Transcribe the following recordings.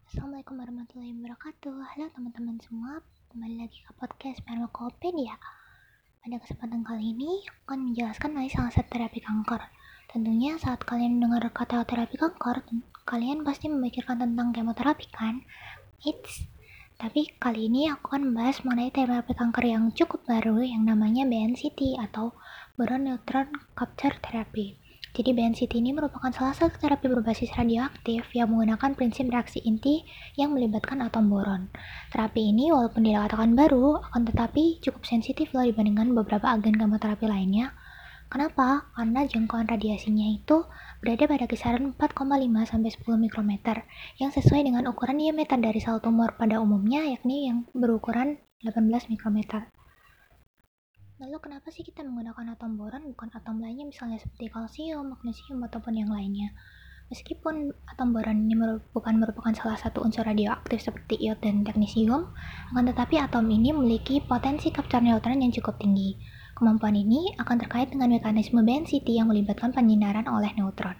Assalamualaikum warahmatullahi wabarakatuh. Halo teman-teman semua, kembali lagi ke podcast Pharmacopedia. Pada kesempatan kali ini, aku akan menjelaskan mengenai salah satu terapi kanker. Tentunya saat kalian mendengar kata terapi kanker, kalian pasti memikirkan tentang kemoterapi kan? Tapi kali ini aku akan membahas mengenai terapi kanker yang cukup baru yang namanya BNCT atau Boron Neutron Capture Therapy. Jadi BNCT ini merupakan salah satu terapi berbasis radioaktif yang menggunakan prinsip reaksi inti yang melibatkan atom boron. Terapi ini walaupun dikatakan baru, akan tetapi cukup sensitif loh dibandingkan beberapa agen kemoterapi lainnya. Kenapa? Karena jangkauan radiasinya itu berada pada kisaran 4,5-10 mikrometer yang sesuai dengan ukuran diameter dari sel tumor pada umumnya, yakni yang berukuran 18 mikrometer. Lalu kenapa sih kita menggunakan atom boron bukan atom lainnya misalnya seperti kalsium, magnesium, ataupun yang lainnya? Meskipun atom boron ini bukan merupakan salah satu unsur radioaktif seperti iod dan teknisium, akan tetapi atom ini memiliki potensi capture neutron yang cukup tinggi. Kemampuan ini akan terkait dengan mekanisme BNCT yang melibatkan penyinaran oleh neutron.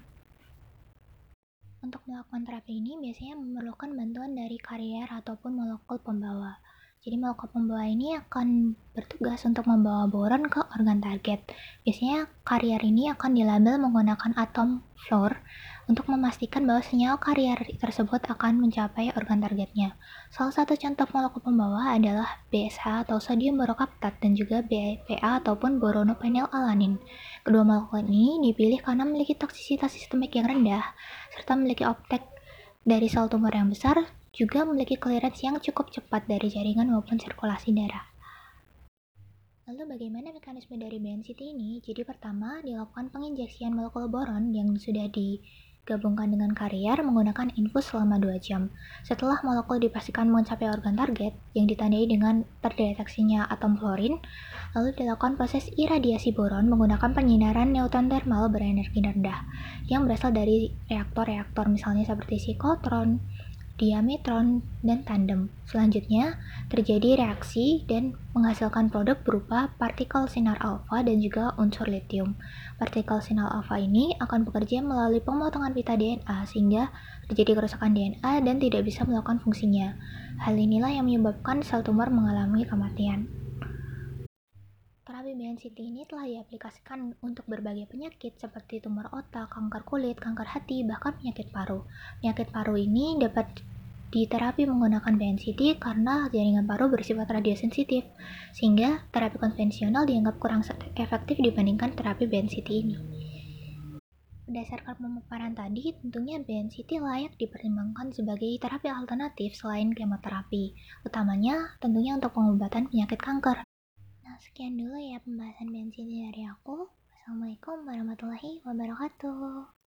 Untuk melakukan terapi ini biasanya memerlukan bantuan dari karier ataupun molekul pembawa. Jadi molekul pembawa ini akan bertugas untuk membawa boron ke organ target. Biasanya karier ini akan dilabel menggunakan atom fluor untuk memastikan bahwa senyawa karier tersebut akan mencapai organ targetnya. Salah satu contoh molekul pembawa adalah BSH atau sodium borokaptat dan juga BPA ataupun boronopenilalanin. Kedua molekul ini dipilih karena memiliki toksisitas sistemik yang rendah serta memiliki optek dari sel tumor yang besar, juga memiliki clearance yang cukup cepat dari jaringan maupun sirkulasi darah. Lalu bagaimana mekanisme dari BNCT ini? Jadi pertama, dilakukan penginjeksian molekul boron yang sudah digabungkan dengan karier menggunakan infus selama 2 jam. Setelah molekul dipastikan mencapai organ target yang ditandai dengan terdeteksinya atom fluorin, lalu dilakukan proses iradiasi boron menggunakan penyinaran neutron thermal berenergi rendah yang berasal dari reaktor-reaktor misalnya seperti siklotron, diametron, dan tandem. Selanjutnya, terjadi reaksi dan menghasilkan produk berupa partikel sinar alfa dan juga unsur lithium. Partikel sinar alfa ini akan bekerja melalui pemotongan pita DNA sehingga terjadi kerusakan DNA dan tidak bisa melakukan fungsinya. Hal inilah yang menyebabkan sel tumor mengalami kematian. Terapi BNCT ini telah diaplikasikan untuk berbagai penyakit seperti tumor otak, kanker kulit, kanker hati, bahkan penyakit paru. Penyakit paru ini dapat diterapi menggunakan BNCT karena jaringan paru bersifat radiosensitif, sehingga terapi konvensional dianggap kurang efektif dibandingkan terapi BNCT ini. Berdasarkan pemaparan tadi, tentunya BNCT layak dipertimbangkan sebagai terapi alternatif selain kemoterapi, utamanya tentunya untuk pengobatan penyakit kanker. Nah, sekian dulu ya pembahasan BNCT dari aku. Wassalamualaikum warahmatullahi wabarakatuh.